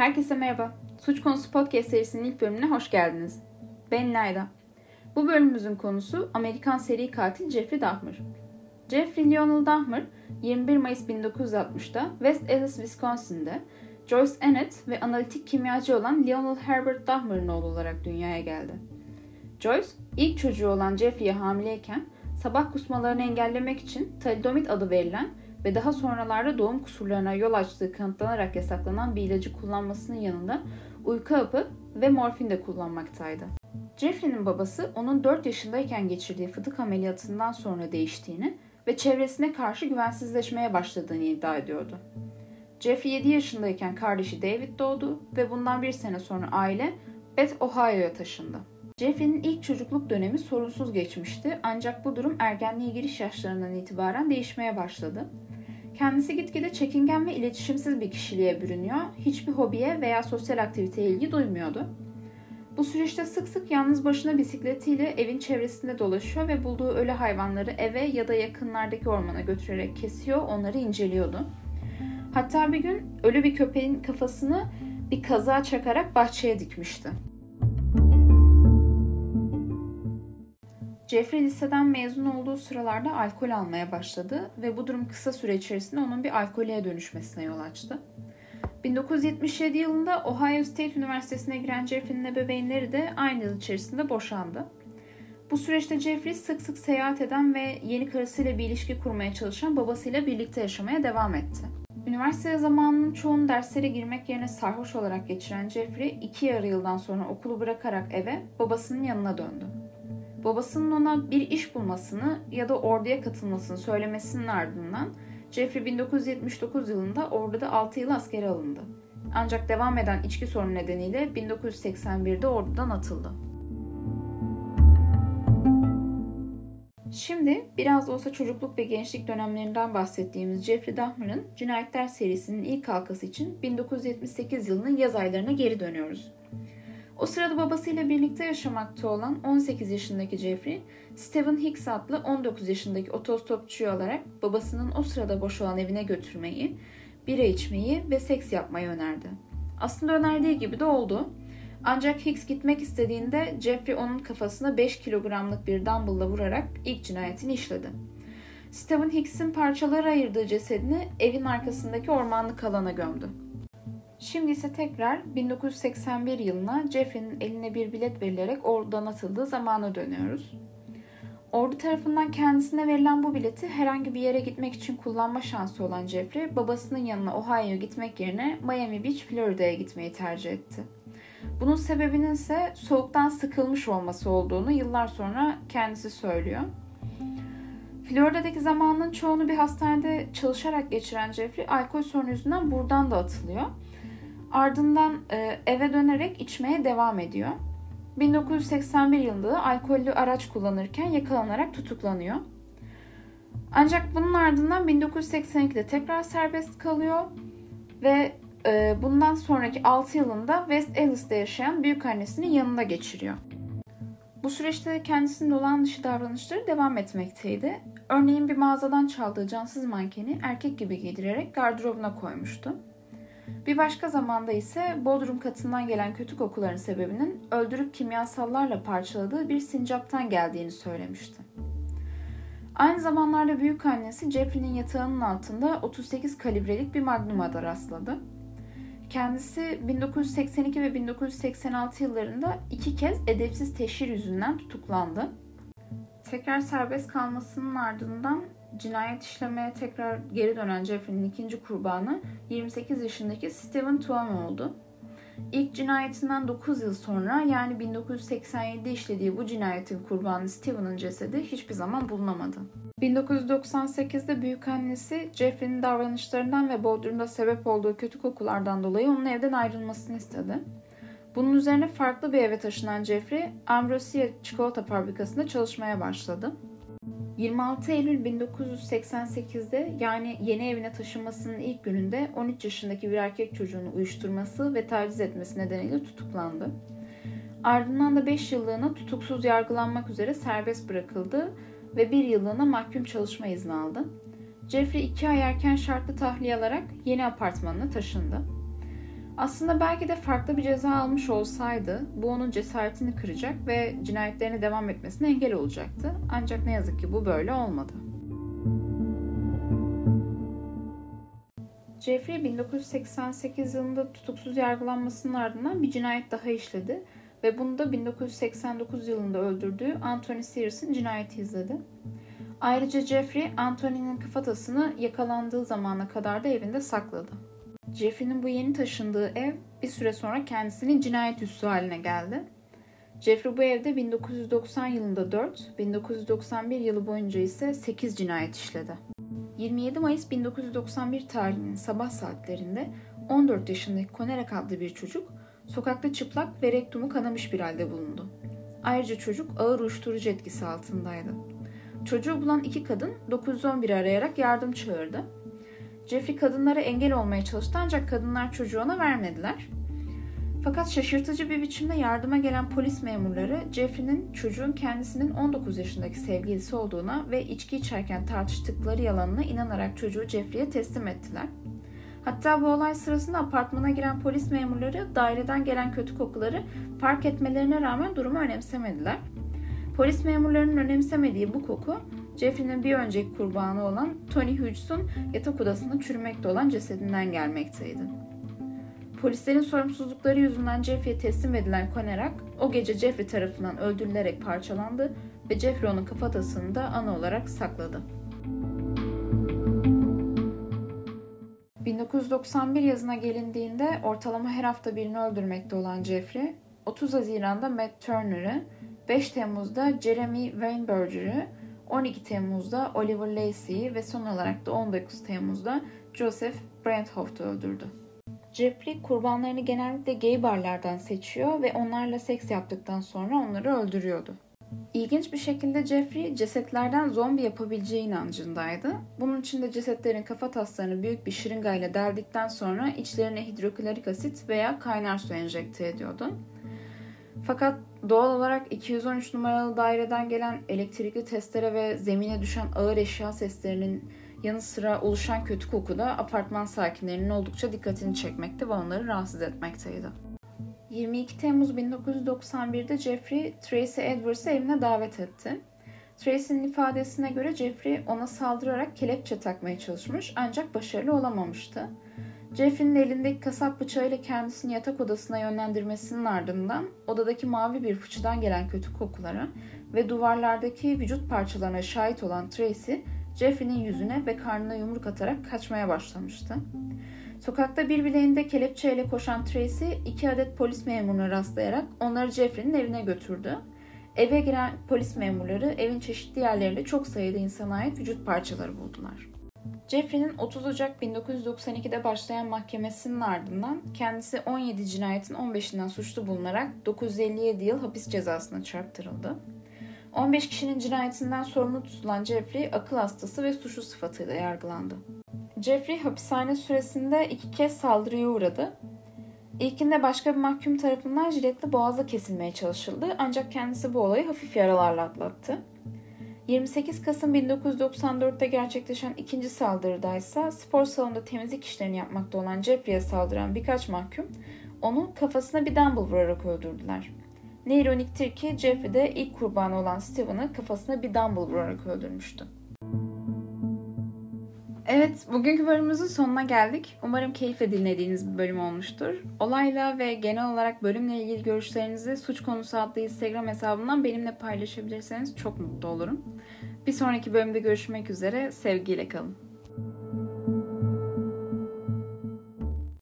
Herkese merhaba. Suç Konusu Podcast serisinin ilk bölümüne hoş geldiniz. Ben Layla. Bu bölümümüzün konusu Amerikan seri katil Jeffrey Dahmer. Jeffrey Lionel Dahmer, 21 Mayıs 1960'da West Allis, Wisconsin'de Joyce Annett ve analitik kimyacı olan Lionel Herbert Dahmer'ın oğlu olarak dünyaya geldi. Joyce, ilk çocuğu olan Jeffrey'e hamileyken sabah kusmalarını engellemek için talidomid adı verilen ve daha sonralarda doğum kusurlarına yol açtığı kanıtlanarak yasaklanan bir ilacı kullanmasının yanında uyku hapı ve morfin de kullanmaktaydı. Jeffrey'nin babası onun 4 yaşındayken geçirdiği fıtık ameliyatından sonra değiştiğini ve çevresine karşı güvensizleşmeye başladığını iddia ediyordu. Jeffrey 7 yaşındayken kardeşi David doğdu ve bundan bir sene sonra aile Beth, Ohio'ya taşındı. Jeffrey'nin ilk çocukluk dönemi sorunsuz geçmişti ancak bu durum ergenliğe giriş yaşlarından itibaren değişmeye başladı. Kendisi gitgide çekingen ve iletişimsiz bir kişiliğe bürünüyor, hiçbir hobiye veya sosyal aktiviteye ilgi duymuyordu. Bu süreçte sık sık yalnız başına bisikletiyle evin çevresinde dolaşıyor ve bulduğu ölü hayvanları eve ya da yakınlardaki ormana götürerek kesiyor, onları inceliyordu. Hatta bir gün ölü bir köpeğin kafasını bir kazığa çakarak bahçeye dikmişti. Jeffrey liseden mezun olduğu sıralarda alkol almaya başladı ve bu durum kısa süre içerisinde onun bir alkolüye dönüşmesine yol açtı. 1977 yılında Ohio State Üniversitesi'ne giren Jeffrey'nin ebeveynleri de aynı yıl içerisinde boşandı. Bu süreçte Jeffrey sık sık seyahat eden ve yeni karısıyla bir ilişki kurmaya çalışan babasıyla birlikte yaşamaya devam etti. Üniversite zamanının çoğunu derslere girmek yerine sarhoş olarak geçiren Jeffrey 2 yarı yıldan sonra okulu bırakarak eve babasının yanına döndü. Babasının ona bir iş bulmasını ya da orduya katılmasını söylemesinin ardından Jeffrey 1979 yılında orduda 6 yıl askere alındı. Ancak devam eden içki sorunu nedeniyle 1981'de ordudan atıldı. Şimdi biraz da olsa çocukluk ve gençlik dönemlerinden bahsettiğimiz Jeffrey Dahmer'ın cinayetler serisinin ilk halkası için 1978 yılının yaz aylarına geri dönüyoruz. O sırada babasıyla birlikte yaşamakta olan 18 yaşındaki Jeffrey, Stephen Hicks adlı 19 yaşındaki otostopçuyu alarak babasının o sırada boş olan evine götürmeyi, bira içmeyi ve seks yapmayı önerdi. Aslında önerdiği gibi de oldu. Ancak Hicks gitmek istediğinde Jeffrey onun kafasına 5 kilogramlık bir dumbbell'la vurarak ilk cinayetini işledi. Stephen Hicks'in parçalara ayırdığı cesedini evin arkasındaki ormanlık alana gömdü. Şimdi ise tekrar 1981 yılına Jeffrey'nin eline bir bilet verilerek ordudan atıldığı zamana dönüyoruz. Ordu tarafından kendisine verilen bu bileti herhangi bir yere gitmek için kullanma şansı olan Jeffrey, babasının yanına Ohio'ya gitmek yerine Miami Beach, Florida'ya gitmeyi tercih etti. Bunun sebebinin ise soğuktan sıkılmış olması olduğunu yıllar sonra kendisi söylüyor. Florida'daki zamanının çoğunu bir hastanede çalışarak geçiren Jeffrey, alkol sorunu yüzünden buradan da atılıyor. Ardından eve dönerek içmeye devam ediyor. 1981 yılında da alkollü araç kullanırken yakalanarak tutuklanıyor. Ancak bunun ardından 1982'de tekrar serbest kalıyor ve bundan sonraki 6 yılında West Allis'te yaşayan büyükannesinin yanında geçiriyor. Bu süreçte kendisinin olağan dışı davranışları devam etmekteydi. Örneğin bir mağazadan çaldığı cansız mankeni erkek gibi giydirerek gardırobuna koymuştu. Bir başka zamanda ise bodrum katından gelen kötü kokuların sebebinin öldürüp kimyasallarla parçaladığı bir sincaptan geldiğini söylemişti. Aynı zamanlarda büyükannesi Jeffrey'nin yatağının altında 38 kalibrelik bir magnuma da rastladı. Kendisi 1982 ve 1986 yıllarında 2 kez edepsiz teşhir yüzünden tutuklandı. Tekrar serbest kalmasının ardından cinayet işlemeye tekrar geri dönen Jeffrey'nin ikinci kurbanı 28 yaşındaki Stephen Tuomi oldu. İlk cinayetinden 9 yıl sonra yani 1987'de işlediği bu cinayetin kurbanı Stephen'ın cesedi hiçbir zaman bulunamadı. 1998'de büyükannesi Jeffrey'nin davranışlarından ve bodrumda sebep olduğu kötü kokulardan dolayı onun evden ayrılmasını istedi. Bunun üzerine farklı bir eve taşınan Jeffrey, Ambrosia çikolata fabrikasında çalışmaya başladı. 26 Eylül 1988'de yani yeni evine taşınmasının ilk gününde 13 yaşındaki bir erkek çocuğunu uyuşturması ve taciz etmesi nedeniyle tutuklandı. Ardından da 5 yıllığına tutuksuz yargılanmak üzere serbest bırakıldı ve 1 yıllığına mahkum çalışma izni aldı. Jeffrey 2 ay erken şartlı tahliye alarak yeni apartmanına taşındı. Aslında belki de farklı bir ceza almış olsaydı bu onun cesaretini kıracak ve cinayetlerine devam etmesine engel olacaktı. Ancak ne yazık ki bu böyle olmadı. Jeffrey 1988 yılında tutuksuz yargılanmasının ardından bir cinayet daha işledi ve bunu da 1989 yılında öldürdüğü Anthony Sears'ın cinayeti izledi. Ayrıca Jeffrey, Anthony'nin kafatasını yakalandığı zamana kadar da evinde sakladı. Jeffrey'nin bu yeni taşındığı ev bir süre sonra kendisinin cinayet üssü haline geldi. Jeffrey bu evde 1990 yılında 4, 1991 yılı boyunca ise 8 cinayet işledi. 27 Mayıs 1991 tarihinin sabah saatlerinde 14 yaşındaki Konerak adlı bir çocuk sokakta çıplak ve rektumu kanamış bir halde bulundu. Ayrıca çocuk ağır uyuşturucu etkisi altındaydı. Çocuğu bulan iki kadın 911'i arayarak yardım çağırdı. Jeffrey kadınlara engel olmaya çalıştı ancak kadınlar çocuğu ona vermediler. Fakat şaşırtıcı bir biçimde yardıma gelen polis memurları Jeffrey'nin çocuğun kendisinin 19 yaşındaki sevgilisi olduğuna ve içki içerken tartıştıkları yalanına inanarak çocuğu Jeffrey'e teslim ettiler. Hatta bu olay sırasında apartmana giren polis memurları daireden gelen kötü kokuları fark etmelerine rağmen durumu önemsemediler. Polis memurlarının önemsemediği bu koku, Jeffrey'nin bir önceki kurbanı olan Tony Hughes'un yatak odasında çürümekte olan cesedinden gelmekteydi. Polislerin sorumsuzlukları yüzünden Jeffrey'e teslim edilen Konerak, o gece Jeffrey tarafından öldürülerek parçalandı ve Jeffrey onun kafatasını da anı olarak sakladı. 1991 yazına gelindiğinde ortalama her hafta birini öldürmekte olan Jeffrey, 30 Haziran'da Matt Turner'ı, 5 Temmuz'da Jeremy Weinberger'ı, 12 Temmuz'da Oliver Lacey'i ve son olarak da 19 Temmuz'da Joseph Brenthoff'u öldürdü. Jeffrey kurbanlarını genellikle gay barlardan seçiyor ve onlarla seks yaptıktan sonra onları öldürüyordu. İlginç bir şekilde Jeffrey cesetlerden zombi yapabileceği inancındaydı. Bunun için de cesetlerin kafataslarını büyük bir şırıngayla deldikten sonra içlerine hidroklorik asit veya kaynar su enjekte ediyordu. Fakat doğal olarak 213 numaralı daireden gelen elektrikli testere ve zemine düşen ağır eşya seslerinin yanı sıra oluşan kötü koku da apartman sakinlerinin oldukça dikkatini çekmekte ve onları rahatsız etmekteydi. 22 Temmuz 1991'de Jeffrey, Tracy Edwards'ı evine davet etti. Tracy'nin ifadesine göre Jeffrey ona saldırarak kelepçe takmaya çalışmış ancak başarılı olamamıştı. Jeffrey'nin elindeki kasap bıçağıyla kendisini yatak odasına yönlendirmesinin ardından odadaki mavi bir fıçıdan gelen kötü kokulara ve duvarlardaki vücut parçalarına şahit olan Tracy, Jeffrey'nin yüzüne ve karnına yumruk atarak kaçmaya başlamıştı. Sokakta bir bileğinde kelepçeyle koşan Tracy, 2 adet polis memuruna rastlayarak onları Jeffrey'nin evine götürdü. Eve giren polis memurları evin çeşitli yerlerinde çok sayıda insana ait vücut parçaları buldular. Jeffrey'nin 30 Ocak 1992'de başlayan mahkemesinin ardından kendisi 17 cinayetin 15'inden suçlu bulunarak 957 yıl hapis cezasına çarptırıldı. 15 kişinin cinayetinden sorumlu tutulan Jeffrey akıl hastası ve suçlu sıfatıyla yargılandı. Jeffrey hapishane süresinde 2 kez saldırıya uğradı. İlkinde başka bir mahkum tarafından jiletli boğazı kesilmeye çalışıldı ancak kendisi bu olayı hafif yaralarla atlattı. 28 Kasım 1994'te gerçekleşen ikinci saldırıda ise spor salonunda temizlik işlerini yapmakta olan Jeffrey'e saldıran birkaç mahkum onu kafasına bir dumbbell vurarak öldürdüler. Ne ironiktir ki Jeffrey de ilk kurbanı olan Steven'ı kafasına bir dumbbell vurarak öldürmüştü. Evet, bugünkü bölümümüzün sonuna geldik. Umarım keyifle dinlediğiniz bir bölüm olmuştur. Olayla ve genel olarak bölümle ilgili görüşlerinizi Suç Konusu adlı Instagram hesabından benimle paylaşabilirseniz çok mutlu olurum. Bir sonraki bölümde görüşmek üzere, sevgiyle kalın.